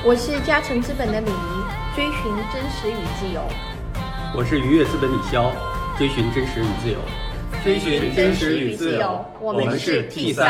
我是嘉诚资本的李怡，追寻真实与自由。 我是愉悦资本李潇，追寻真实与自由。 追寻真实与自由，我们是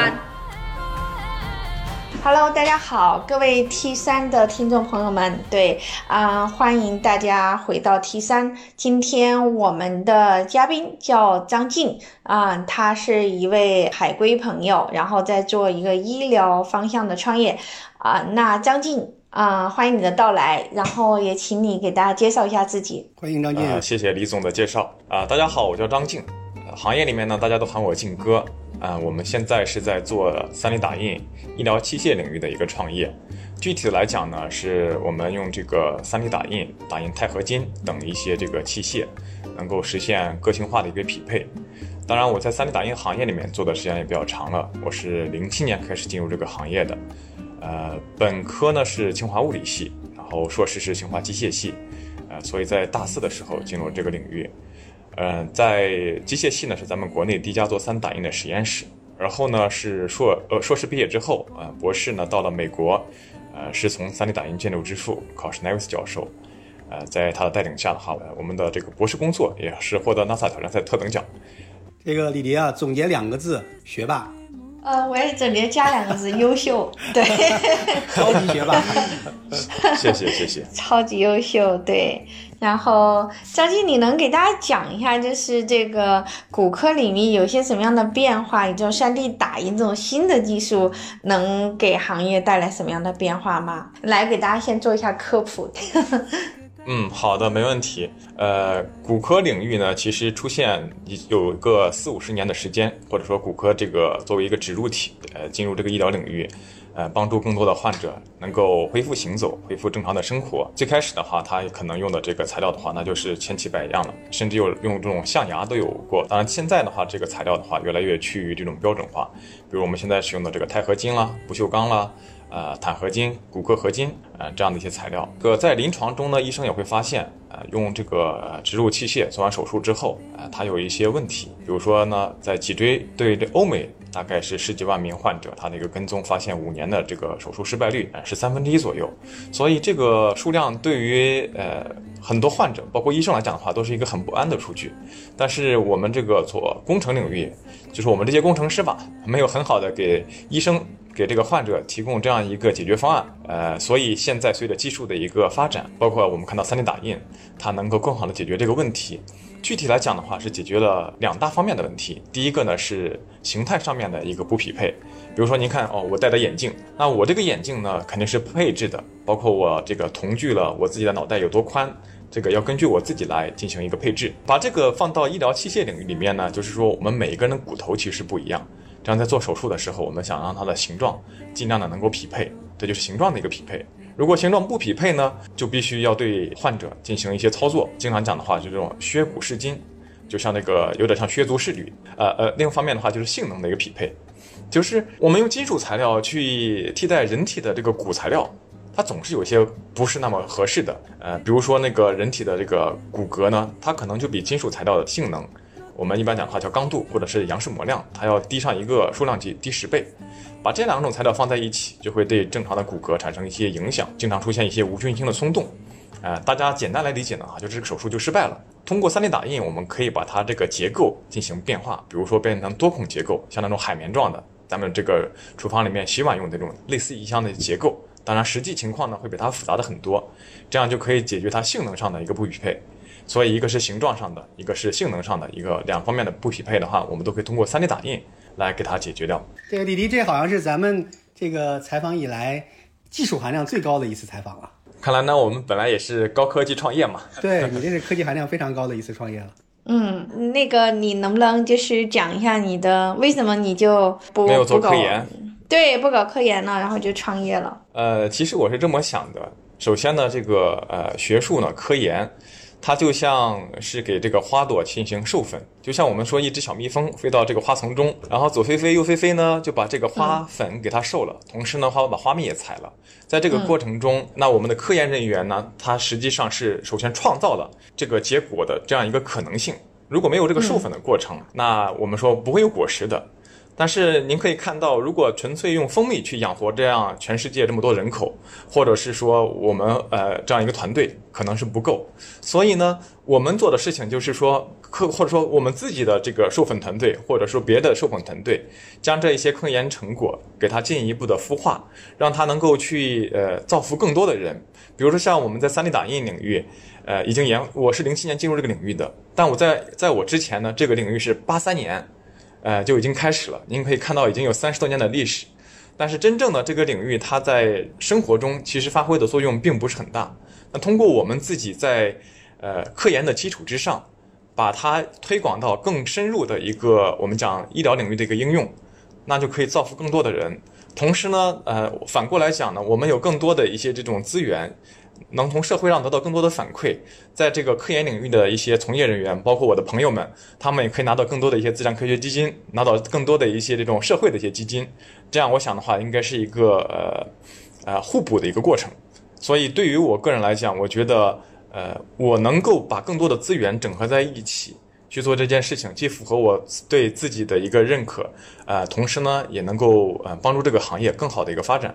T3。Hello， 大家好，各位 T3 的听众朋友们，欢迎大家回到 T3。今天我们的嘉宾叫张静他是一位海归朋友，然后在做一个医疗方向的创业那张静欢迎你的到来，然后也请你给大家介绍一下自己。 欢迎张静。 谢谢李总的介绍大家好，我叫张静，行业里面呢大家都喊我静哥我们现在是在做3D 打印医疗器械领域的一个创业。具体的来讲呢，是我们用这个3D 打印钛合金等一些这个器械，能够实现个性化的一个匹配。当然我在3D 打印行业里面做的时间也比较长了，我是07年开始进入这个行业的。本科呢是清华物理系，然后硕士是清华机械系，所以在大4的时候进入这个领域。在机械系呢是咱们国内第一家做3D 打印的实验室，然后呢是硕士毕业之后博士呢到了美国，是从3D 打印建筑之父考什奈维斯教授，在他的带领下的话，我们的这个博士工作也是获得 NASA 挑战赛特等奖。 这个李迪总结2个字，学霸。 我也总结加2个字，优秀。对， 超级学霸。 谢谢。 超级优秀，对。然后张静，你能给大家讲一下，就是这个骨科领域有些什么样的变化，以及3D 打印这种新的技术能给行业带来什么样的变化吗？来给大家先做一下科普。 好的，没问题。骨科领域呢，其实出现有个40-50年的时间，或者说骨科这个作为一个植入体，进入这个医疗领域，帮助更多的患者能够恢复行走，恢复正常的生活。最开始的话，它可能用的这个材料的话，那就是千奇百样了，甚至有用这种象牙都有过。当然，现在的话，这个材料的话，越来越趋于这种标准化，比如我们现在使用的这个钛合金啦、不锈钢啦。钽合金、骨骼合金这样的一些材料。在临床中呢，医生也会发现用这个植入器械做完手术之后它有一些问题。比如说呢，在脊椎对这欧美大概是10几万名患者，他的一个跟踪发现5年的这个手术失败率是1/3左右。所以这个数量对于很多患者包括医生来讲的话，都是一个很不安的数据。但是我们这个做工程领域，就是我们这些工程师吧，没有很好的给医生给这个患者提供这样一个解决方案，所以现在随着技术的一个发展，包括我们看到3D 打印，它能够更好的解决这个问题。具体来讲的话，是解决了2大方面的问题。第一个呢是形态上面的一个不匹配，比如说您看我戴的眼镜，那我这个眼镜呢肯定是配置的，包括我这个同距了我自己的脑袋有多宽，这个要根据我自己来进行一个配置。把这个放到医疗器械领域里面呢，就是说我们每一个人的骨头其实不一样。这样在做手术的时候，我们想让它的形状尽量的能够匹配，这就是形状的一个匹配。如果形状不匹配呢，就必须要对患者进行一些操作。经常讲的话，就这种削骨释筋，就像那个有点像削足适履。另一方面的话，就是性能的一个匹配，就是我们用金属材料去替代人体的这个骨材料，它总是有些不是那么合适的。比如说那个人体的这个骨骼呢，它可能就比金属材料的性能，我们一般讲的话叫刚度或者是杨氏模量，它要低上一个数量级，低10倍。把这2种材料放在一起，就会对正常的骨骼产生一些影响，经常出现一些无菌性的松动。大家简单来理解呢，就是这个手术就失败了。通过3D 打印，我们可以把它这个结构进行变化，比如说变成多孔结构，像那种海绵状的，咱们这个厨房里面洗碗用的这种类似一样的结构。当然实际情况呢会比它复杂的很多，这样就可以解决它性能上的一个不匹配。所以一个是形状上的，一个是性能上的，一个2方面的不匹配的话，我们都可以通过3D 打印来给它解决掉。 这个李迪，这好像是咱们这个采访以来技术含量最高的一次采访了。 看来呢，我们本来也是高科技创业嘛。 对，你这是科技含量非常高的一次创业了。 那个你能不能就是讲一下你的为什么你就没有做科研？ 对，不搞科研了，然后就创业了。 其实我是这么想的。首先呢，这个学术呢，科研，它就像是给这个花朵进行授粉，就像我们说一只小蜜蜂飞到这个花丛中，然后左飞飞右飞飞呢，就把这个花粉给它授了，同时呢，把花蜜也采了。在这个过程中，那我们的科研人员呢，他实际上是首先创造了这个结果的这样一个可能性。如果没有这个授粉的过程，那我们说不会有果实的。 但是您可以看到，如果纯粹用蜂蜜去养活这样全世界这么多人口，或者是说我们这样一个团队，可能是不够。所以呢，我们做的事情就是说，或者说我们自己的这个授粉团队，或者说别的授粉团队，将这一些科研成果给它进一步的孵化，让它能够去造福更多的人。比如说像我们在 3D 打印领域，我是07年进入这个领域的，但我在我之前呢，这个领域是83年。就已经开始了。您可以看到已经有30多年的历史，但是真正的这个领域它在生活中其实发挥的作用并不是很大。那通过我们自己在科研的基础之上，把它推广到更深入的一个我们讲医疗领域的一个应用，那就可以造福更多的人。同时呢，反过来讲呢，我们有更多的一些这种资源，能从社会上得到更多的反馈，在这个科研领域的一些从业人员，包括我的朋友们，他们也可以拿到更多的一些自然科学基金，拿到更多的一些这种社会的一些基金。这样我想的话，应该是一个互补的一个过程。所以对于我个人来讲，我觉得我能够把更多的资源整合在一起去做这件事情，既符合我对自己的一个认可，同时呢也能够帮助这个行业更好的一个发展。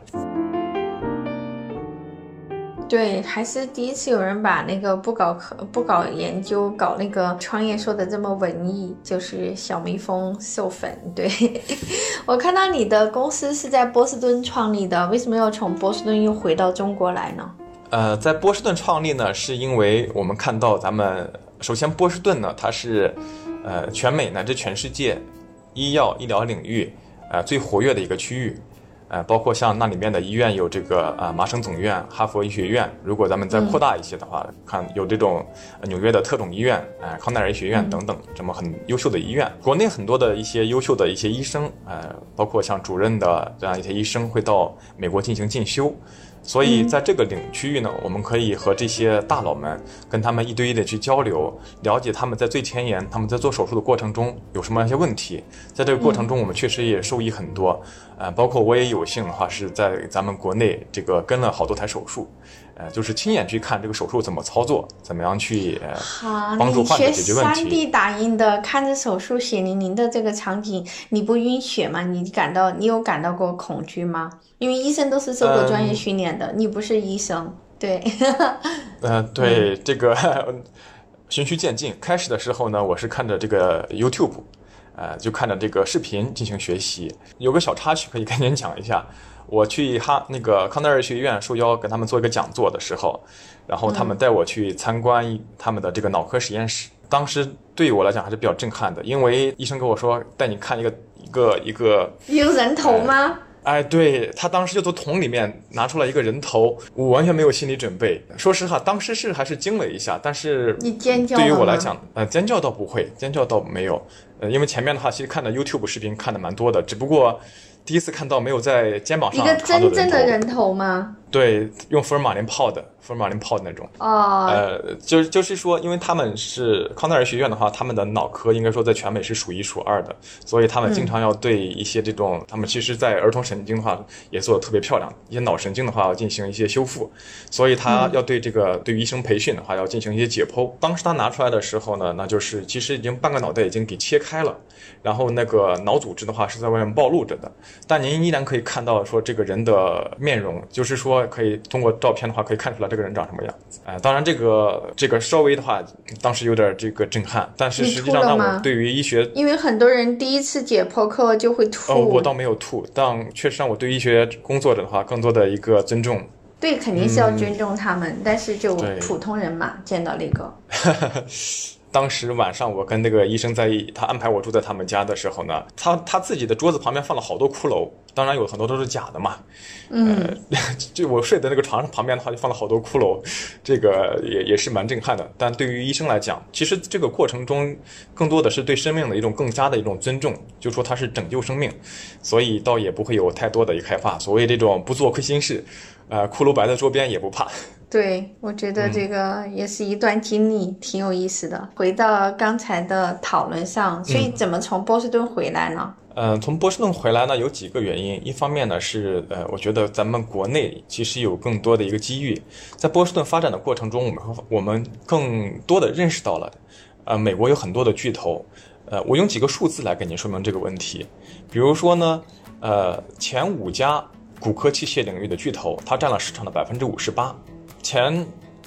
对，还是第一次有人把那个不搞研究，搞那个创业说的这么文艺，就是小蜜蜂授粉。对，我看到你的公司是在波士顿创立的，为什么要从波士顿又回到中国来呢？ 在波士顿创立呢，是因为我们看到首先波士顿呢，它是全美乃至全世界医疗领域最活跃的一个区域。包括像那里面的医院有这个麻省总院、哈佛医学院，如果咱们再扩大一些的话，看有这种纽约的特种医院、康奈尔医学院等等，这么很优秀的医院。国内很多的一些优秀的一些医生，包括像主任的这样一些医生会到美国进行进修。所以在这个区域呢，我们可以和这些大佬们跟他们一对一的去交流，了解他们在最前沿，他们在做手术的过程中有什么样一些问题。在这个过程中，我们确实也受益很多。包括我也有幸的话是在咱们国内这个跟了好多台手术，就是亲眼去看这个手术怎么操作，怎么样去帮助患者解决问题。 你学3D 打印的，看着手术血淋淋的这个场景，你不晕血吗？你有感到过恐惧吗？因为医生都是受过专业训练的，你不是医生，对。 对，这个循序渐进。开始的时候呢，我是看着这个 YouTube，就看着这个视频进行学习。有个小插曲可以跟您讲一下，我去那个康奈尔学院受邀跟他们做一个讲座的时候，然后他们带我去参观他们的这个脑科实验室。当时对我来讲还是比较震撼的，因为医生跟我说带你看一个有人头吗？ 对，他当时就从桶里面拿出来一个人头，我完全没有心理准备。说实话，当时还是惊了一下，但是你尖叫了吗？ 对于我来讲，尖叫倒不会，尖叫倒没有。因为前面的话其实看的 YouTube 视频看的蛮多的，只不过第一次看到没有在肩膀上一个真正的人头吗？ 对，用福尔马林泡的那种。就是说，因为他们是康奈尔学院的话，他们的脑科应该说在全美是数1数2的，所以他们经常要对一些这种，他们其实在儿童神经的话也做得特别漂亮，一些脑神经的话要进行一些修复，所以他要对这个对于医生培训的话要进行一些解剖。当时他拿出来的时候呢，那就是其实已经半个脑袋已经给切开了，然后那个脑组织的话是在外面暴露着的，但您依然可以看到说这个人的面容，就是说可以通过照片的话可以看出来这个人长什么样子。当然这个稍微的话当时有点这个震撼，但是实际上让我对于医学， 因为很多人第一次解剖课就会吐。 我倒没有吐，但确实让我对医学工作者的话更多的一个尊重。 对，肯定是要尊重他们，但是就普通人嘛，见到那个当时晚上我跟那个医生他安排我住在他们家的时候呢，他自己的桌子旁边放了好多骷髅，当然有很多都是假的嘛。就我睡的那个床上旁边的话就放了好多骷髅，这个也是蛮震撼的。但对于医生来讲，其实这个过程中更多的是对生命的一种更加的一种尊重，就说它是拯救生命，所以倒也不会有太多的一害怕。所谓这种不做亏心事，骷髅摆在桌边也不怕。 对，我觉得这个也是一段经历，挺有意思的。回到刚才的讨论上，所以怎么从波士顿回来呢？ 从波士顿回来呢，有几个原因。一方面呢是我觉得咱们国内其实有更多的一个机遇，在波士顿发展的过程中，我们更多的认识到了，美国有很多的巨头， 我用几个数字来给您说明这个问题。比如说呢，前5家骨科器械领域的巨头，它占了市场的58%，前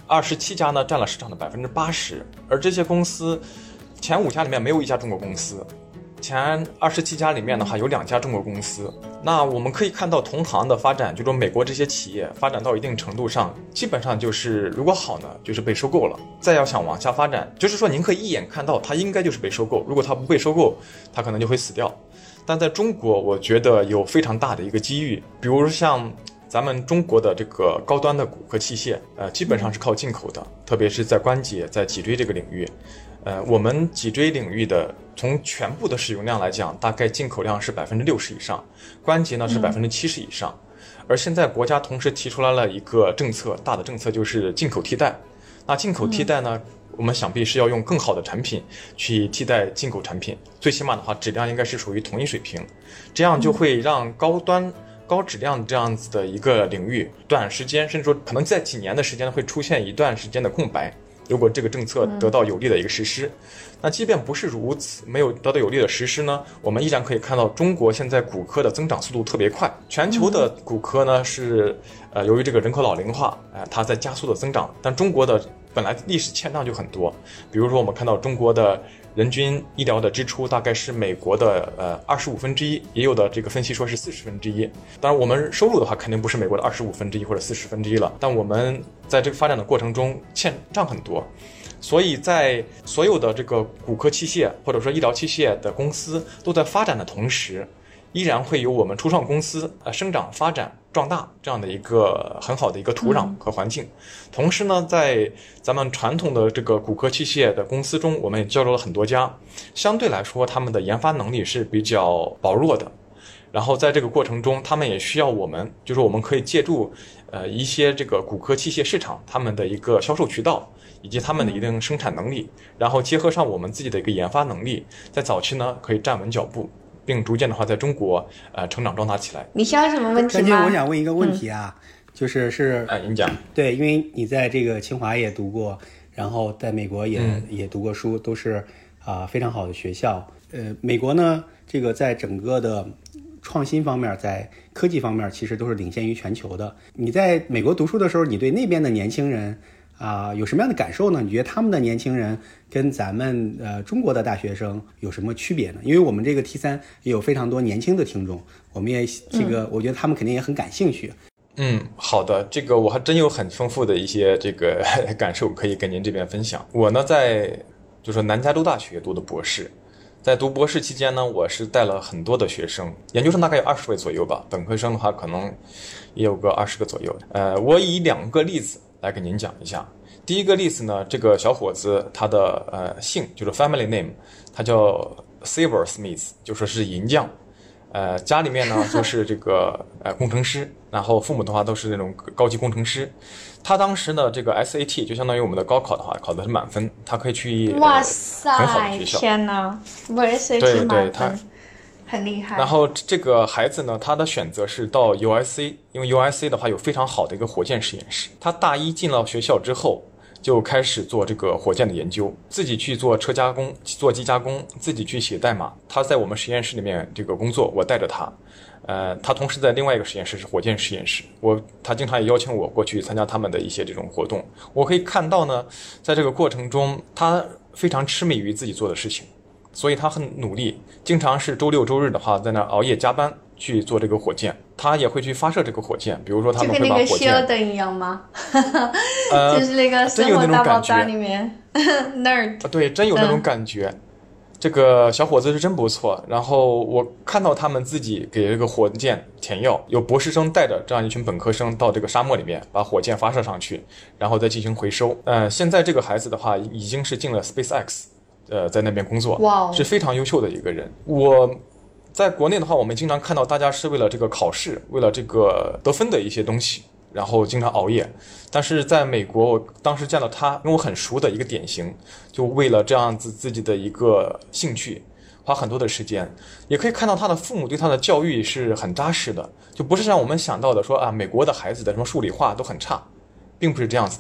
27家呢占了市场的80%，而这些公司前5家里面没有一家中国公司，前27家里面的话有2家中国公司。那我们可以看到同行的发展，就说美国这些企业发展到一定程度上，基本上就是如果好呢就是被收购了，再要想往下发展，就是说您可以一眼看到它应该就是被收购，如果它不被收购，它可能就会死掉。但在中国我觉得有非常大的一个机遇，比如像咱们中国的这个高端的骨科器械，基本上是靠进口的，特别是在关节、在脊椎这个领域。我们脊椎领域的从全部的使用量来讲，大概进口量是60%以上，关节呢是70%以上。而现在国家同时提出来了一个政策，大的政策就是进口替代。那进口替代呢，我们想必是要用更好的产品去替代进口产品，最起码的话质量应该是属于同一水平，这样就会让高端高质量这样子的一个领域短时间甚至说可能在几年的时间会出现一段时间的空白。如果这个政策得到有力的一个实施，那即便不是如此，没有得到有力的实施呢，我们依然可以看到中国现在骨科的增长速度特别快。全球的骨科呢是由于这个人口老龄化，它在加速的增长，但中国的本来历史欠账就很多。比如说我们看到中国的人均医疗的支出大概是美国的1/25，也有的这个分析说是1/40。当然我们收入的话肯定不是美国的1/25或者1/40了，但我们在这个发展的过程中欠账很多。所以在所有的这个骨科器械或者说医疗器械的公司都在发展的同时，依然会有我们初创公司生长发展壮大这样的一个很好的一个土壤和环境。同时呢，在咱们传统的这个骨科器械的公司中，我们也交流了很多家，相对来说他们的研发能力是比较薄弱的。然后在这个过程中，他们也需要我们，就是我们可以借助一些这个骨科器械市场他们的一个销售渠道以及他们的一定生产能力，然后结合上我们自己的一个研发能力，在早期呢可以站稳脚步，并逐渐的话在中国成长壮大起来。 你想有什么问题吗？ 张姐，我想问一个问题啊，就是您讲。 对，因为你在这个清华也读过，然后在美国也读过书，都是非常好的学校。美国呢，这个在整个的创新方面，在科技方面其实都是领先于全球的。你在美国读书的时候，你对那边的年轻人有什么样的感受呢？你觉得他们的年轻人跟咱们中国的大学生有什么区别呢？因为我们这个 T3也有非常多年轻的听众，我们也我觉得他们肯定也很感兴趣。 好的，这个我还真有很丰富的一些这个感受可以跟您这边分享。我呢在就是南加州大学读的博士，在读博士期间呢，我是带了很多的学生，研究生大概有20位左右吧，本科生的话可能也有个20个左右。我以2个例子来给您讲一下。第一个例子呢，这个小伙子他的姓就是 family name， 他叫 Silver Smith， 就说是银匠。家里面呢就是这个工程师，然后父母的话都是那种高级工程师。他当时呢这个 SAT 就相当于我们的高考的话，考的是满分，他可以去哇塞， 很好的学校。 天哪，不是 SAT 满分，很厉害。 然后这个孩子呢，他的选择是到 USC， 因为 USC 的话有非常好的一个火箭实验室。他大一进了学校之后，就开始做这个火箭的研究，自己去做车加工、做机加工，自己去写代码。他在我们实验室里面这个工作，我带着他。他同时在另外一个实验室是火箭实验室，他经常也邀请我过去参加他们的一些这种活动。我可以看到呢，在这个过程中，他非常痴迷于自己做的事情，所以他很努力，经常是周六周日的话在那熬夜加班去做这个火箭。他也会去发射这个火箭，比如说他们会把火箭，就跟那个 Sheldon 一样吗？就是那个生活大爆炸里面nerd。 对，真有那种感觉。这个小伙子是真不错。然后我看到他们自己给这个火箭填药，有博士生带着这样一群本科生到这个沙漠里面把火箭发射上去，然后再进行回收。现在这个孩子的话已经是进了 SpaceX， 在那边工作，是非常优秀的一个人。我在国内的话，我们经常看到大家是为了这个考试，为了这个得分的一些东西，然后经常熬夜。但是在美国，我当时见到他，因为我很熟的一个典型，就为了这样子自己的一个兴趣，花很多的时间。也可以看到他的父母对他的教育是很扎实的，就不是像我们想到的说美国的孩子的什么数理化都很差，并不是这样子的。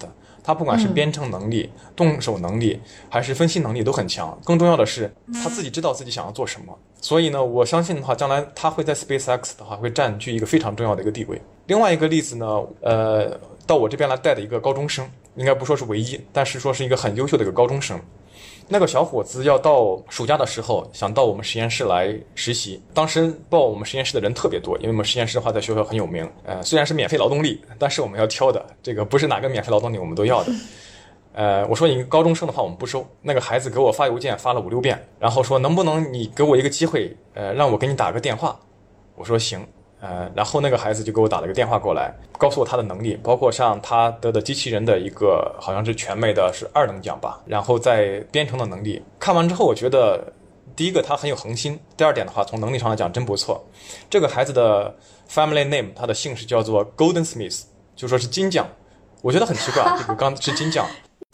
他不管是编程能力、动手能力还是分析能力都很强，更重要的是他自己知道自己想要做什么。所以呢，我相信的话，将来他会在 SpaceX 的话会占据一个非常重要的一个地位。另外一个例子呢，到我这边来带的一个高中生，应该不说是唯一，但是说是一个很优秀的一个高中生。那个小伙子要到暑假的时候想到我们实验室来实习，当时报我们实验室的人特别多，因为我们实验室的话在学校很有名，虽然是免费劳动力，但是我们要挑的，这个不是哪个免费劳动力我们都要的。我说你高中生的话我们不收，那个孩子给我发邮件发了5-6遍，然后说能不能你给我一个机会，让我给你打个电话。我说行。然后那个孩子就给我打了个电话过来，告诉我他的能力，包括像他得的机器人的一个好像是全美的是2等奖吧，然后在编程的能力。看完之后我觉得第一个他很有恒心，第二点的话从能力上来讲真不错。这个孩子的 family name 他的姓氏叫做 Golden Smith， 就说是金匠。我觉得很奇怪，这个刚是金匠。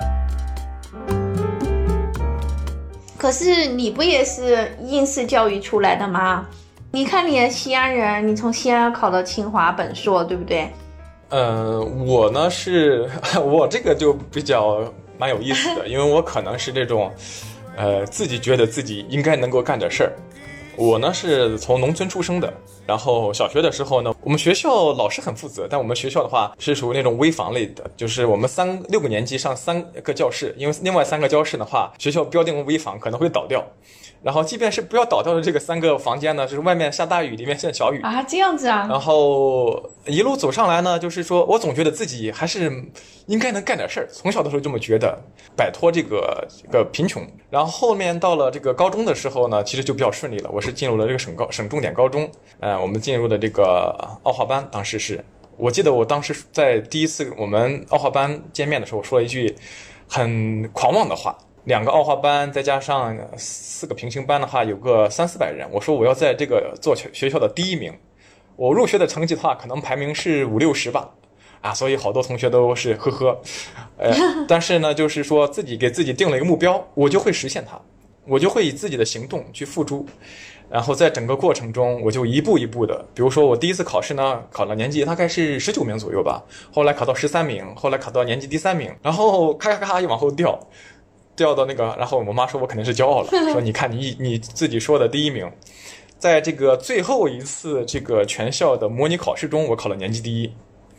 可是你不也是应试教育出来的吗？你看你是西安人，你从西安考到清华本硕，对不对？ 我呢是我这个就比较蛮有意思的，因为我可能是这种自己觉得自己应该能够干点事儿。我呢是从农村出生的，然后小学的时候呢，我们学校老师很负责，但我们学校的话是属于那种危房类的，就是我们6个年级上3个教室，因为另外3个教室的话，学校标定为危房，可能会倒掉。然后即便是不要倒掉的这个3个房间呢，就是外面下大雨，里面下小雨啊，这样子啊。 然后一路走上来呢，就是说我总觉得自己还是应该能干点事儿，从小的时候这么觉得，摆脱这个贫穷。然后后面到了这个高中的时候呢，其实就比较顺利了，我是进入了这个省重点高中，我们进入的这个奥化班，当时是我记得我当时在第一次我们奥化班见面的时候，我说了一句很狂妄的话。2个奥化班再加上4个平行班的话，有个300-400人。我说我要在这个做学校的第1名，我入学的成绩的话，可能排名是50-60吧，所以好多同学都是呵呵，但是呢，就是说自己给自己定了一个目标，我就会实现它，我就会以自己的行动去付诸，然后在整个过程中，我就一步一步的，比如说我第一次考试呢，考了年级大概是19名左右吧，后来考到13名，后来考到年级第3名，然后咔咔咔一往后掉到那个，然后我妈说我肯定是骄傲了，说你看你自己说的第1名，在这个最后一次这个全校的模拟考试中，我考了年级第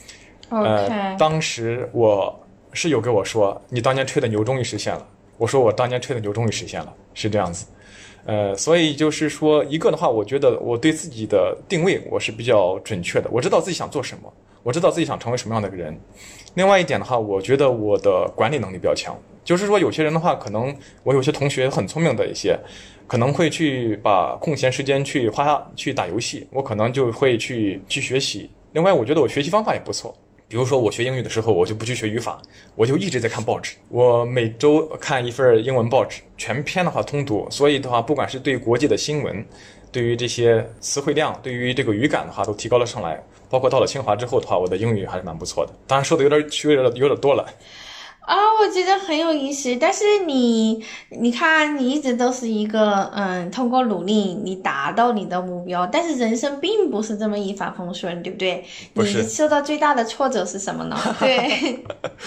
1。当时我室友跟我说，你当年吹的牛终于实现了。我说我当年吹的牛终于实现了，是这样子。所以就是说，一个的话，我觉得我对自己的定位我是比较准确的，我知道自己想做什么，我知道自己想成为什么样的人。另外一点的话，我觉得我的管理能力比较强，就是说有些人的话，可能我有些同学很聪明的一些，可能会去把空闲时间去打游戏，我可能就会去学习。另外，我觉得我学习方法也不错。比如说我学英语的时候，我就不去学语法，我就一直在看报纸。我每周看一份英文报纸，全篇的话通读。所以的话，不管是对国际的新闻，对于这些词汇量，对于这个语感的话，都提高了上来。包括到了清华之后的话，我的英语还是蛮不错的。当然说的有点多了。 我觉得很有意思，但是你看，你一直都是一个通过努力你达到你的目标，但是人生并不是这么一帆风顺，对不对？ 不是。 你受到最大的挫折是什么呢？对。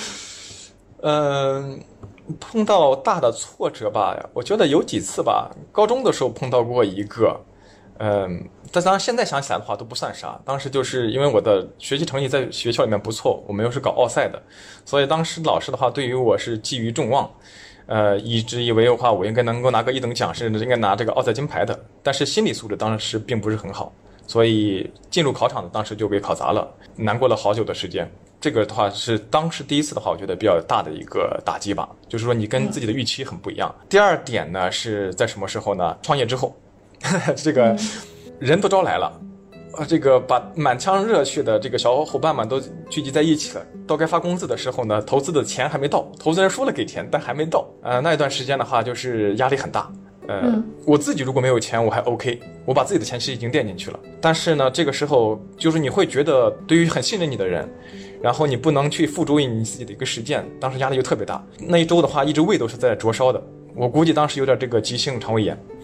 碰到大的挫折吧，我觉得有几次吧。高中的时候碰到过一个，但当然现在想起来的话都不算啥。当时就是因为我的学习成绩在学校里面不错，我们又是搞奥赛的，所以当时老师的话对于我是寄予众望，一直以为的话我应该能够拿个1等奖，甚至应该拿这个奥赛金牌的。但是心理素质当时并不是很好，所以进入考场的当时就被考砸了，难过了好久的时间。这个的话是当时第一次的话，我觉得比较大的一个打击吧，就是说你跟自己的预期很不一样。第二点呢是在什么时候呢？创业之后，这个人都招来了，这个把满腔热血的这个小伙伴们都聚集在一起了。到该发工资的时候呢，投资的钱还没到，投资人说了给钱，但还没到。那一段时间的话，就是压力很大。我自己如果没有钱我还 OK， 我把自己的钱其实已经垫进去了。但是呢，这个时候就是你会觉得，对于很信任你的人，然后你不能去付诸于你自己的一个实践，当时压力就特别大。那一周的话，一直胃都是在灼烧的。我估计当时有点这个急性肠胃炎。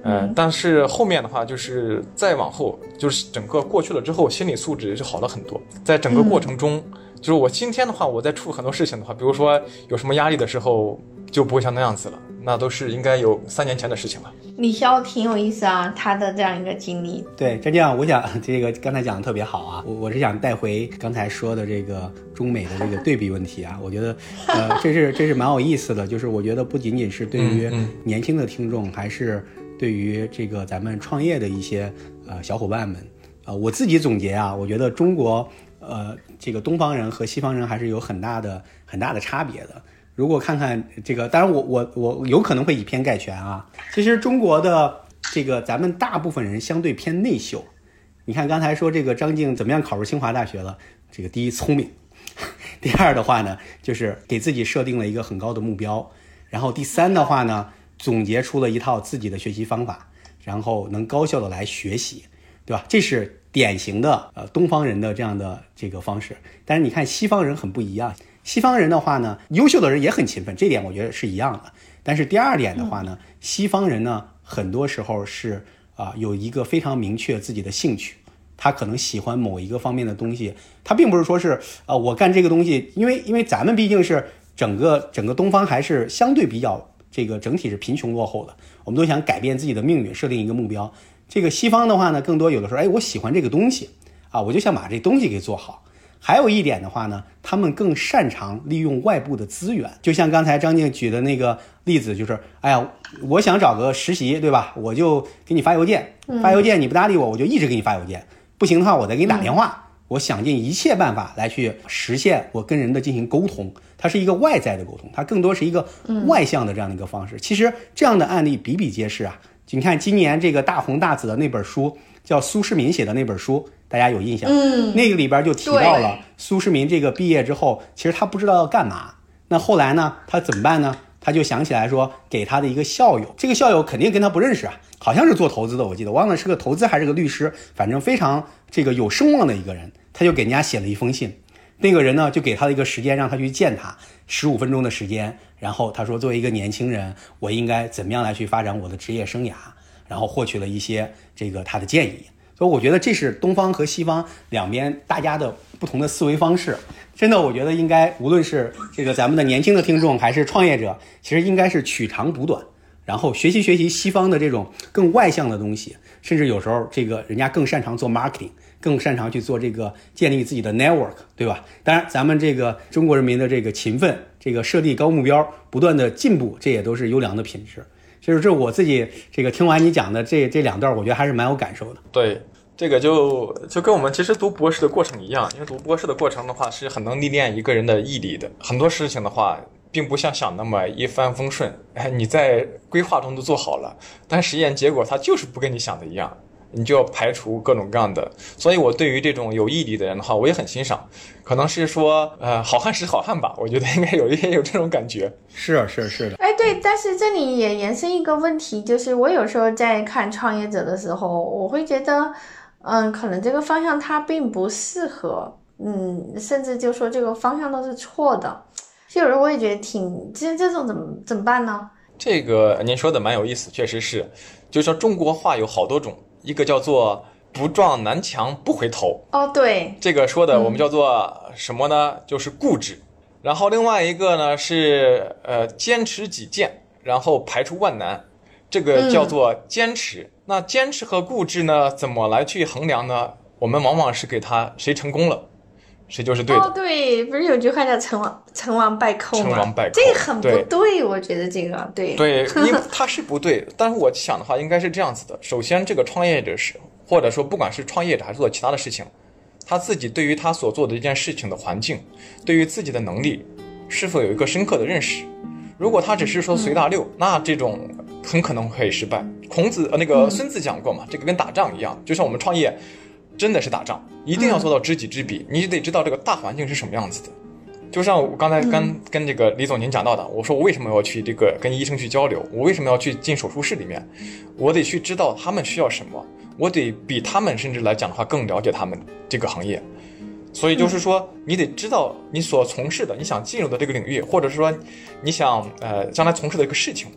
但是后面的话就是再往后，就是整个过去了之后，心理素质就好了很多。在整个过程中，就是我今天的话，我在处很多事情的话，比如说有什么压力的时候，就不会像那样子了，那都是应该有3年前的事情了。 李潇挺有意思啊，他的这样一个经历。 对，这样我想这个刚才讲的特别好啊，我是想带回刚才说的这个中美的这个对比问题啊，我觉得这是蛮有意思的，就是我觉得不仅仅是对于年轻的听众，还是对于这个咱们创业的一些小伙伴们，我自己总结啊，我觉得中国这个东方人和西方人还是有很大的差别的。如果看看这个，当然我有可能会以偏概全啊。其实中国的这个咱们大部分人相对偏内秀。你看刚才说这个张静怎么样考入清华大学了？这个第一聪明，第二的话呢，就是给自己设定了一个很高的目标，然后第三的话呢，总结出了一套自己的学习方法，然后能高效的来学习，对吧？这是典型的东方人的这样的这个方式。但是你看西方人很不一样。西方人的话呢，优秀的人也很勤奋，这点我觉得是一样的。但是第二点的话呢，西方人呢，很多时候是有一个非常明确自己的兴趣，他可能喜欢某一个方面的东西，他并不是说是我干这个东西，因为咱们毕竟是整个东方还是相对比较这个整体是贫穷落后的，我们都想改变自己的命运，设定一个目标。这个西方的话呢，更多有的时候，我喜欢这个东西啊，我就想把这东西给做好。还有一点的话呢，他们更擅长利用外部的资源，就像刚才张静举的那个例子，就是我想找个实习，对吧？我就给你发邮件，你不搭理我，我就一直给你发邮件，不行的话我再给你打电话，我想尽一切办法来去实现我跟人的进行沟通。它是一个外在的沟通，它更多是一个外向的这样的一个方式。其实这样的案例比比皆是啊。你看今年这个大红大紫的那本书，叫苏诗民写的那本书，大家有印象？那个里边就提到了苏诗民这个毕业之后，其实他不知道要干嘛。那后来呢，他怎么办呢？他就想起来说，给他的一个校友，这个校友肯定跟他不认识啊，好像是做投资的，我记得忘了是个投资还是个律师，反正非常这个有声望的一个人。他就给人家写了一封信，那个人呢就给他一个时间让他去见他，15分钟的时间。然后他说，作为一个年轻人，我应该怎么样来去发展我的职业生涯，然后获取了一些这个他的建议。所以我觉得这是东方和西方两边大家的不同的思维方式。真的，我觉得应该无论是这个咱们的年轻的听众还是创业者，其实应该是取长补短，然后学习西方的这种更外向的东西，甚至有时候这个人家更擅长做 marketing， 更擅长去做这个建立自己的 network， 对吧？当然咱们这个中国人民的这个勤奋，这个设立高目标，不断的进步，这也都是优良的品质。就是这我自己这个听完你讲的这两段，我觉得还是蛮有感受的。 对，这个就跟我们其实读博士的过程一样，因为读博士的过程的话是很能历练一个人的毅力的，很多事情的话并不像想那么一帆风顺，你在规划中都做好了，但实验结果它就是不跟你想的一样，你就要排除各种各样的。所以我对于这种有毅力的人的话，我也很欣赏。可能是说好汉是好汉吧，我觉得应该有这种感觉。 是的。 对，但是这里也延伸一个问题，就是我有时候在看创业者的时候，我会觉得可能这个方向它并不适合，甚至就说这个方向都是错的。有时候我也觉得这种怎么办呢？ 这个您说的蛮有意思，确实是，就是说中国话有好多种，一个叫做不撞南墙不回头。 对， 这个说的我们叫做什么呢？就是固执。然后另外一个呢是坚持己见，然后排除万难，这个叫做坚持。那坚持和固执呢，怎么来去衡量呢？我们往往是给他谁成功了，谁就是对的。 对，不是有句话叫成王败寇吗？ 成王败寇， 这个很不对，我觉得这个对， 因为它是不对。但是我想的话，应该是这样子的：首先，这个创业者是，或者说不管是创业者还是做其他的事情，他自己对于他所做的一件事情的环境，对于自己的能力，是否有一个深刻的认识？如果他只是说随大流，那这种很可能会失败。孙子讲过嘛，这个跟打仗一样，就像我们创业。真的是打仗，一定要做到知己知彼，你得知道这个大环境是什么样子的。就像我刚才跟这个李总您讲到的，我说我为什么要去这个跟医生去交流，我为什么要去进手术室里面，我得去知道他们需要什么，我得比他们甚至来讲的话更了解他们这个行业。所以就是说你得知道你所从事的，你想进入的这个领域，或者说你想将来从事的一个事情，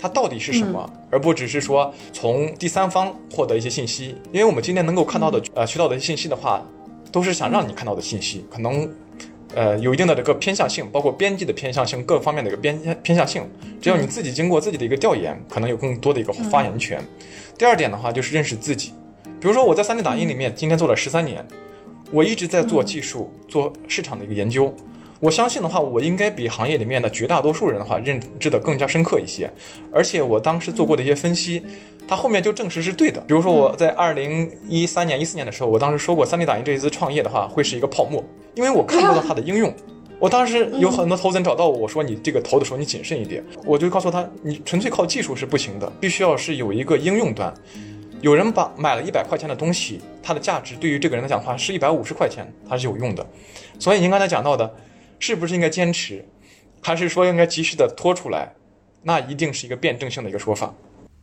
它到底是什么，而不只是说从第三方获得一些信息。因为我们今天能够看到的渠道的信息的话，都是想让你看到的信息，可能有一定的这个偏向性，包括编辑的偏向性，各方面的一个偏向性。只要你自己经过自己的一个调研，可能有更多的一个发言权。第二点的话，就是认识自己。比如说我在 3D 打印里面今天做了13年，我一直在做技术、做市场的一个研究。我相信的话，我应该比行业里面的绝大多数人的话认知的更加深刻一些。而且我当时做过的一些分析，它后面就证实是对的。比如说我在2013年、14年的时候，我当时说过 3D 打印这一次创业的话会是一个泡沫，因为我看不到它的应用。我当时有很多投资人找到我说，你这个投的时候你谨慎一点。我就告诉他，你纯粹靠技术是不行的，必须要是有一个应用端。有人买了100块钱的东西，它的价值对于这个人来讲的话是150块钱，它是有用的。所以您刚才讲到的，是不是应该坚持，还是说应该及时的拖出来？那一定是一个辩证性的一个说法。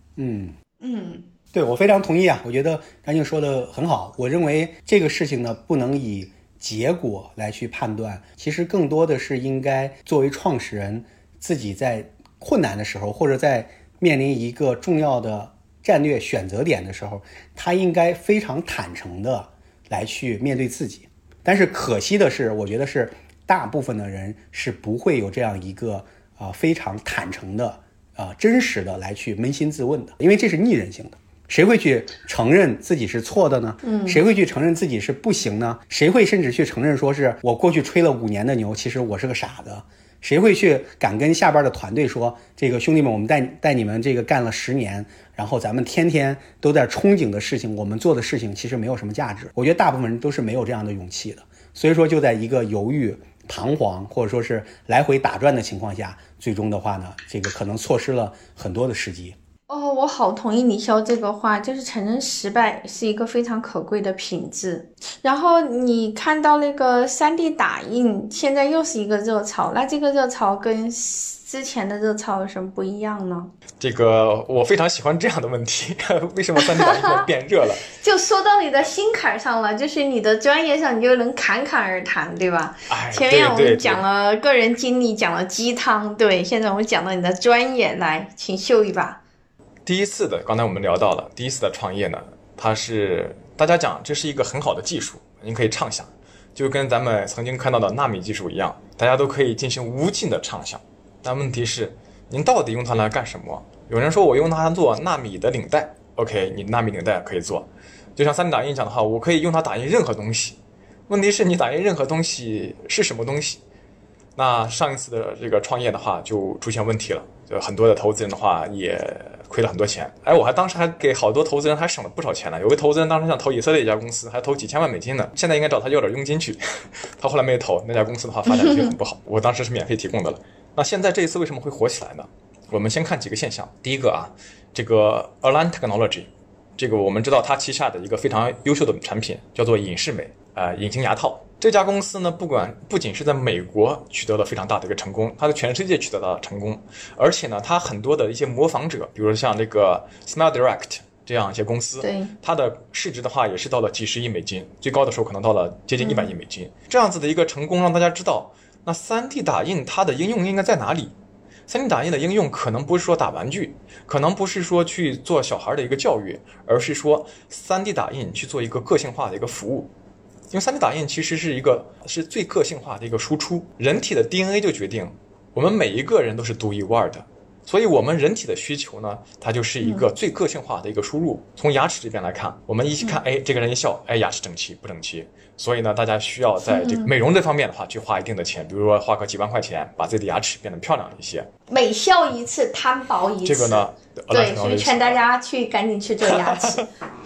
对，我非常同意啊，我觉得张静说的很好。我认为这个事情呢，不能以结果来去判断，其实更多的是应该作为创始人自己在困难的时候，或者在面临一个重要的战略选择点的时候，他应该非常坦诚的来去面对自己。但是可惜的是，我觉得是大部分的人是不会有这样一个非常坦诚的真实的来去扪心自问的，因为这是逆人性的。谁会去承认自己是错的呢？谁会去承认自己是不行呢？谁会甚至去承认说是我过去吹了5年的牛，其实我是个傻子？谁会去敢跟下边的团队说，这个兄弟们，我们带你们这个干了10年，然后咱们天天都在憧憬的事情，我们做的事情其实没有什么价值。我觉得大部分人都是没有这样的勇气的，所以说就在一个犹豫彷徨或者说是来回打转的情况下，最终的话呢，这个可能错失了很多的时机。 我好同意李潇这个话，就是承认失败是一个非常可贵的品质。然后你看到那个 3D 打印现在又是一个热潮，那这个热潮跟之前的热潮有什么不一样呢？ 这个我非常喜欢这样的问题，为什么 3D 打印现在变热了？ 就说到你的心坎上了，就是你的专业上你就能侃侃而谈，对吧？前面我们讲了个人经历，讲了鸡汤，对，现在我们讲到你的专业，来，请秀一把。 第一次的，刚才我们聊到了第一次的创业呢，它是大家讲这是一个很好的技术，您可以畅想，就跟咱们曾经看到的纳米技术一样，大家都可以进行无尽的畅想。但问题是，您到底用它来干什么？有人说我用它做纳米的领带 ，OK， 你纳米领带可以做。就像 3D 打印讲的话，我可以用它打印任何东西。问题是你打印任何东西是什么东西？那上一次的这个创业的话就出现问题了，就很多的投资人的话也亏了很多钱。我当时还给好多投资人还省了不少钱呢。有个投资人当时想投以色列一家公司，还投几千万美金呢，现在应该找他要点佣金去。他后来没有投，那家公司的话发展就很不好。我当时是免费提供的了。那现在这一次为什么会火起来呢？我们先看几个现象。第一个这个 Align Technology， 这个我们知道它旗下的一个非常优秀的产品叫做隐适美隐形牙套。这家公司呢，不仅是在美国取得了非常大的一个成功，它在全世界取得了成功，而且呢，它很多的一些模仿者，比如像这个 Smile Direct 这样一些公司，它的市值的话也是到了几十亿美金，最高的时候可能到了接近100亿美金。这样子的一个成功，让大家知道，那 3D 打印它的应用应该在哪里？3D 打印的应用可能不是说打玩具，可能不是说去做小孩的一个教育，而是说 3D 打印去做一个个性化的一个服务。因为 3D 打印其实是最个性化的一个输出，人体的 DNA 就决定我们每一个人都是独一无二的，所以我们人体的需求呢，它就是一个最个性化的一个输入。从牙齿这边来看，我们一起看，这个人一笑，牙齿整齐不整齐？所以呢，大家需要在这个美容这方面的话，去花一定的钱，比如说花个几万块钱，把自己的牙齿变得漂亮一些。 每笑一次，摊薄一次。 这个呢， 对，所以劝大家赶紧去做牙齿。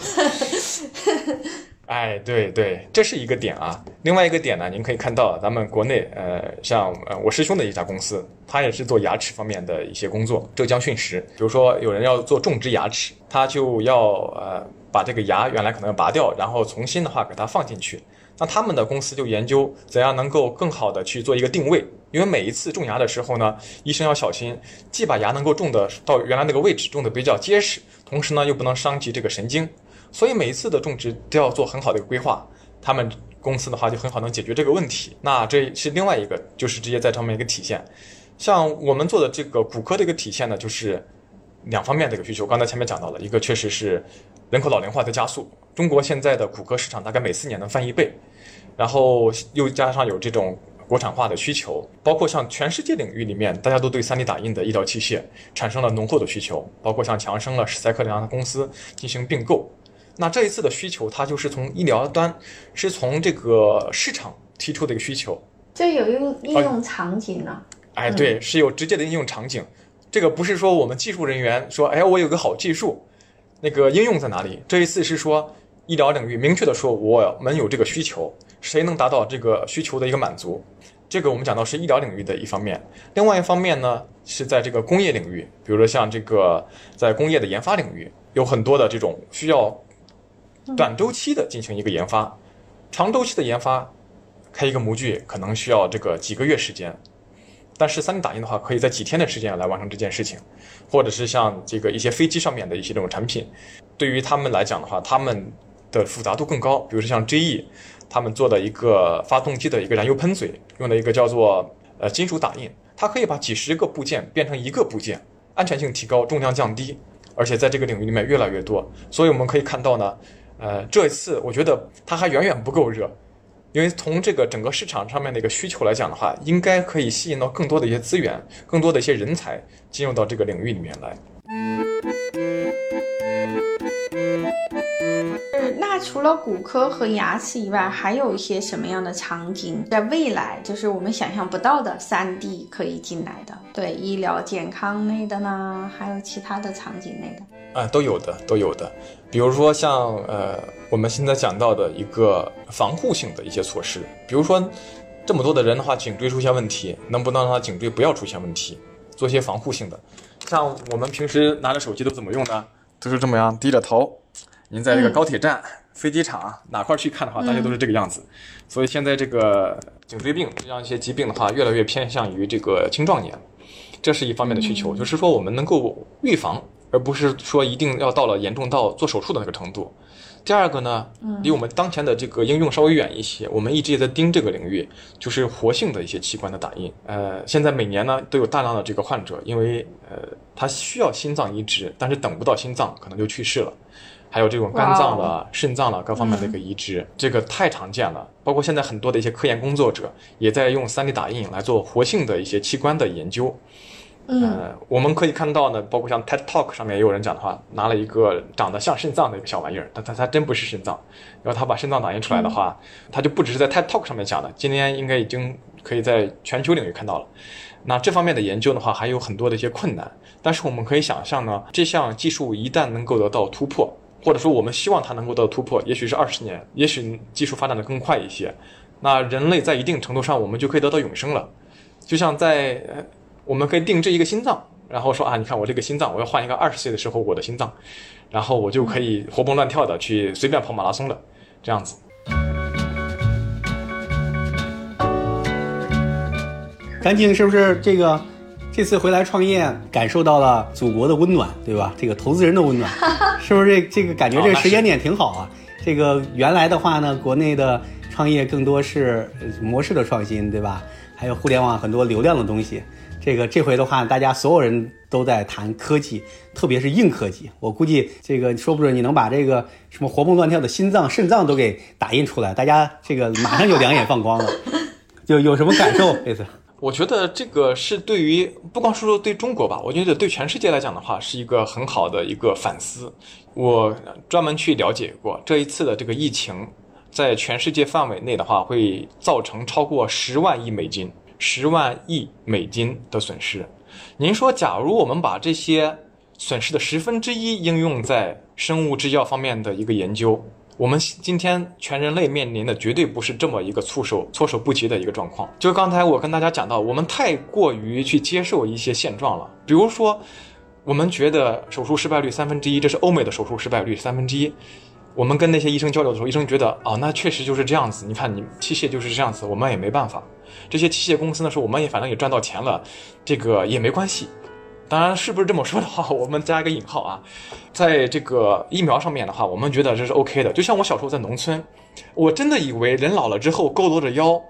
对，这是一个点啊。另外一个点呢，您可以看到咱们国内像我师兄的一家公司，他也是做牙齿方面的一些工作，浙江训实。比如说有人要做种植牙齿，他就要把这个牙原来可能要拔掉，然后重新的话给它放进去。那他们的公司就研究怎样能够更好的去做一个定位，因为每一次种牙的时候呢，医生要小心，既把牙能够种的到原来那个位置，种的比较结实，同时呢又不能伤及这个神经。所以每一次的种植都要做很好的一个规划，他们公司的话就很好能解决这个问题。那这是另外一个，就是直接在上面一个体现。像我们做的这个骨科的一个体现呢，就是两方面的一个需求。刚才前面讲到了，一个确实是人口老龄化在加速，中国现在的骨科市场大概每4年能翻1倍，然后又加上有这种国产化的需求，包括像全世界领域里面，大家都对 3D 打印的医疗器械产生了浓厚的需求，包括像强生了、史塞克这样的公司进行并购。那这一次的需求，它就是从医疗端，是从这个市场提出的一个需求。 这有应用场景呢？ 哎，对，是有直接的应用场景。这个不是说我们技术人员说，哎，我有个好技术，那个应用在哪里？这一次是说医疗领域明确的说，我们有这个需求，谁能达到这个需求的一个满足？这个我们讲到是医疗领域的一方面。另外一方面呢，是在这个工业领域，比如说像这个在工业的研发领域，有很多的这种需要短周期的进行一个研发，长周期的研发，开一个模具可能需要这个几个月时间，但是 3D 打印的话，可以在几天的时间来完成这件事情。或者是像这个一些飞机上面的一些这种产品，对于他们来讲的话，他们的复杂度更高。比如说像 GE 他们做的一个发动机的一个燃油喷嘴，用的一个叫做金属打印，它可以把几十个部件变成一个部件，安全性提高，重量降低，而且在这个领域里面越来越多。所以我们可以看到呢，这一次我觉得它还远远不够热，因为从这个整个市场上面的一个需求来讲的话，应该可以吸引到更多的一些资源，更多的一些人才进入到这个领域里面来。 那除了骨科和牙齿以外，还有一些什么样的场景在未来就是我们想象不到的 3D 可以进来的？对，医疗健康类的呢，还有其他的场景类的？ 都有的。比如说像我们现在讲到的一个防护性的一些措施，比如说这么多的人的话，颈椎出现问题，能不能让他颈椎不要出现问题，做一些防护性的。像我们平时拿着手机都怎么用呢？都是这么样低着头。您在这个高铁站、飞机场哪块去看的话，大家都是这个样子。所以现在这个颈椎病这样一些疾病的话，越来越偏向于这个青壮年，这是一方面的需求，就是说我们能够预防，而不是说一定要到了严重到做手术的那个程度。第二个呢，离我们当前的这个应用稍微远一些，我们一直也在盯这个领域，就是活性的一些器官的打印。现在每年呢都有大量的这个患者，因为他需要心脏移植，但是等不到心脏，可能就去世了。还有这种肝脏了、肾脏了各方面的一个移植，这个太常见了。包括现在很多的一些科研工作者也在用 3D 打印来做活性的一些器官的研究。我们可以看到呢，包括像 TED Talk 上面也有人讲的话，拿了一个长得像肾脏的一个小玩意儿，但它真不是肾脏。然后他把肾脏打印出来的话，他就不只是在 TED Talk 上面讲的，今年应该已经可以在全球领域看到了。那这方面的研究的话，还有很多的一些困难。但是我们可以想象呢，这项技术一旦能够得到突破，或者说我们希望它能够得到突破，也许是20年，也许技术发展的更快一些，那人类在一定程度上我们就可以得到永生了。就像在我们可以定制一个心脏，然后说你看我这个心脏，我要换一个20岁的时候我的心脏，然后我就可以活蹦乱跳的去随便跑马拉松了，这样子。 张静是不是这次回来创业感受到了祖国的温暖，对吧？这个投资人的温暖，是不是这个感觉这个时间点挺好啊？这个原来的话呢，国内的创业更多是模式的创新，对吧？还有互联网很多流量的东西。这回的话，大家所有人都在谈科技，特别是硬科技。我估计这个说不准你能把这个什么活蹦乱跳的心脏、肾脏都给打印出来，大家这个马上就两眼放光了。就有什么感受？这次？ 我觉得这个是对于不光是说对中国吧，我觉得对全世界来讲的话，是一个很好的一个反思。我专门去了解过这一次的这个疫情，在全世界范围内的话，会造成超过10万亿美金的损失。您说，假如我们把这些损失的1/10应用在生物制药方面的一个研究，我们今天全人类面临的绝对不是这么一个措手不及的一个状况。就刚才我跟大家讲到，我们太过于去接受一些现状了。比如说，我们觉得手术失败率1/3，这是欧美的手术失败率1/3。我们跟那些医生交流的时候，医生觉得那确实就是这样子。你看，你器械就是这样子，我们也没办法。这些器械公司呢说，我们也反正也赚到钱了，这个也没关系。当然，是不是这么说的话，我们加一个引号啊。在这个疫苗上面的话，我们觉得这是 OK 的。就像我小时候在农村，我真的以为人老了之后佝偻着腰，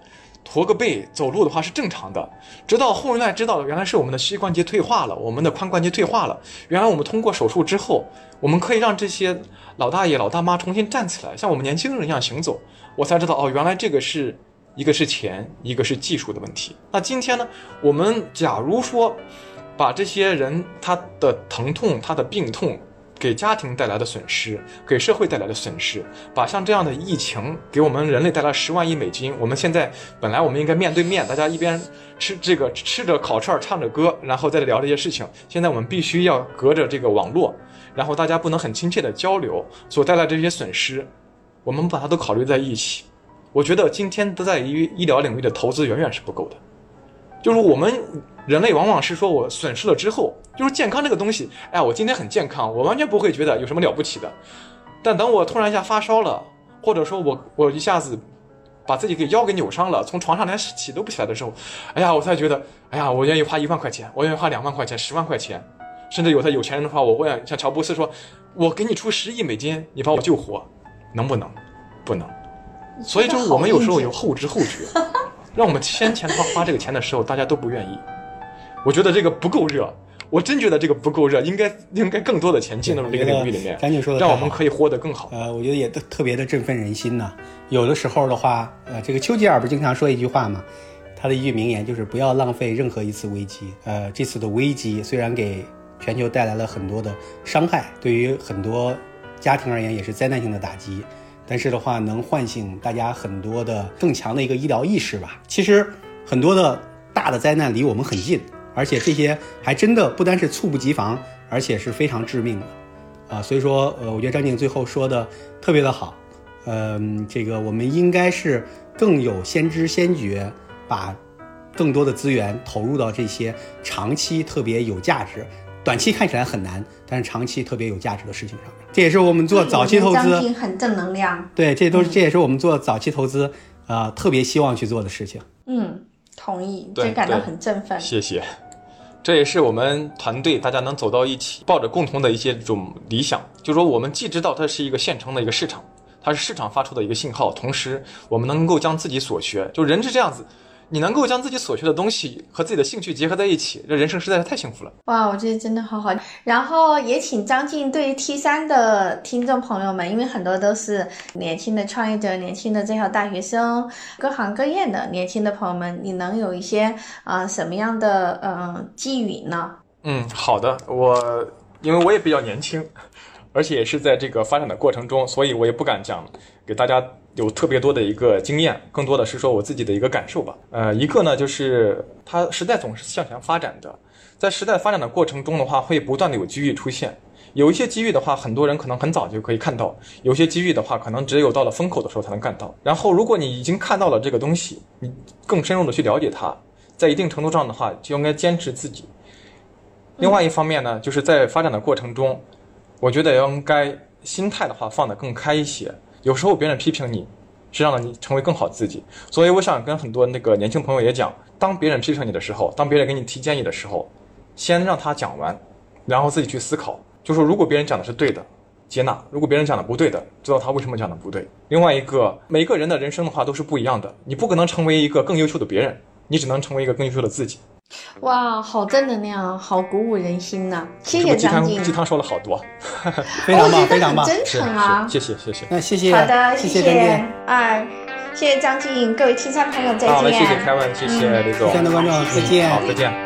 驼个背走路的话是正常的，直到后来知道原来是我们的膝关节退化了，我们的髋关节退化了，原来我们通过手术之后，我们可以让这些老大爷老大妈重新站起来，像我们年轻人一样行走，我才知道原来这个是一个是钱，一个是技术的问题。那今天呢，我们假如说把这些人他的疼痛他的病痛给家庭带来的损失，给社会带来的损失，把像这样的疫情给我们人类带来10万亿美金，我们现在本来我们应该面对面，大家一边吃着烤串唱着歌，然后再聊这些事情，现在我们必须要隔着这个网络，然后大家不能很亲切的交流，所带来这些损失，我们把它都考虑在一起。我觉得今天在于医疗领域的投资远远是不够的，就是我们人类往往是说我损失了之后，就是健康这个东西，我今天很健康，我完全不会觉得有什么了不起的。但等我突然一下发烧了，或者说我一下子把自己给腰给扭伤了，从床上连起都不起来的时候，我才觉得，我愿意花1万块钱，我愿意花2万块钱，10万块钱，甚至有的有钱人的话，我会像乔布斯说，我给你出10亿美金，你把我救活，能不能？不能。所以就是我们有时候有后知后觉，让我们先前花这个钱的时候，大家都不愿意。我觉得这个不够热，我真觉得这个不够热，应该更多的钱进入这个领域里面，让我们可以活得更好。 我觉得也特别的振奋人心呐。有的时候的话，这个丘吉尔不是经常说一句话吗？他的一句名言就是不要浪费任何一次危机。这次的危机虽然给全球带来了很多的伤害，对于很多家庭而言也是灾难性的打击。但是的话，能唤醒大家很多的更强的一个医疗意识吧。其实很多的大的灾难离我们很近，而且这些还真的不单是猝不及防，而且是非常致命的所以说我觉得张静最后说的特别的好。这个我们应该是更有先知先觉，把更多的资源投入到这些长期特别有价值，短期看起来很难，但是长期特别有价值的事情上面。这也是我们做早期投资， 很正能量。 对，这也是我们做早期投资特别希望去做的事情。 同意，这感到很振奋。 谢谢。这也是我们团队大家能走到一起，抱着共同的一些这种理想，就是说我们既知道它是一个现成的一个市场，它是市场发出的一个信号，同时我们能够将自己所学，就人是这样子，你能够将自己所学的东西和自己的兴趣结合在一起，这人生实在是太幸福了。 哇，我觉得真的好好。然后也请张静对 T3 的听众朋友们，因为很多都是年轻的创业者，年轻的在校大学生，各行各业的年轻的朋友们，你能有一些什么样的寄语呢？ 好的，因为我也比较年轻，而且也是在这个发展的过程中，所以我也不敢讲给大家有特别多的一个经验，更多的是说我自己的一个感受吧。一个呢，就是它时代总是向前发展的，在时代发展的过程中的话，会不断的有机遇出现。有一些机遇的话，很多人可能很早就可以看到；有些机遇的话，可能只有到了风口的时候才能看到。然后，如果你已经看到了这个东西，你更深入的去了解它，在一定程度上的话，就应该坚持自己。另外一方面呢，就是在发展的过程中，我觉得应该心态的话放得更开一些。有时候别人批评你，是让你成为更好自己。所以我想跟很多那个年轻朋友也讲，当别人批评你的时候，当别人给你提建议的时候，先让他讲完，然后自己去思考。就说如果别人讲的是对的，接纳；如果别人讲的不对的，知道他为什么讲的不对。另外一个，每个人的人生的话都是不一样的，你不可能成为一个更优秀的别人，你只能成为一个更优秀的自己。 哇，好正能量，好鼓舞人心呐！谢谢张静， 鸡汤说了好多， 非常棒，非常棒， 真诚啊！ 谢谢。 那谢谢， 好的， 谢谢张静谢谢张静，各位T3朋友再见。 好了，谢谢Kevin，谢谢李总， 亲爱的观众再见， 好，再见。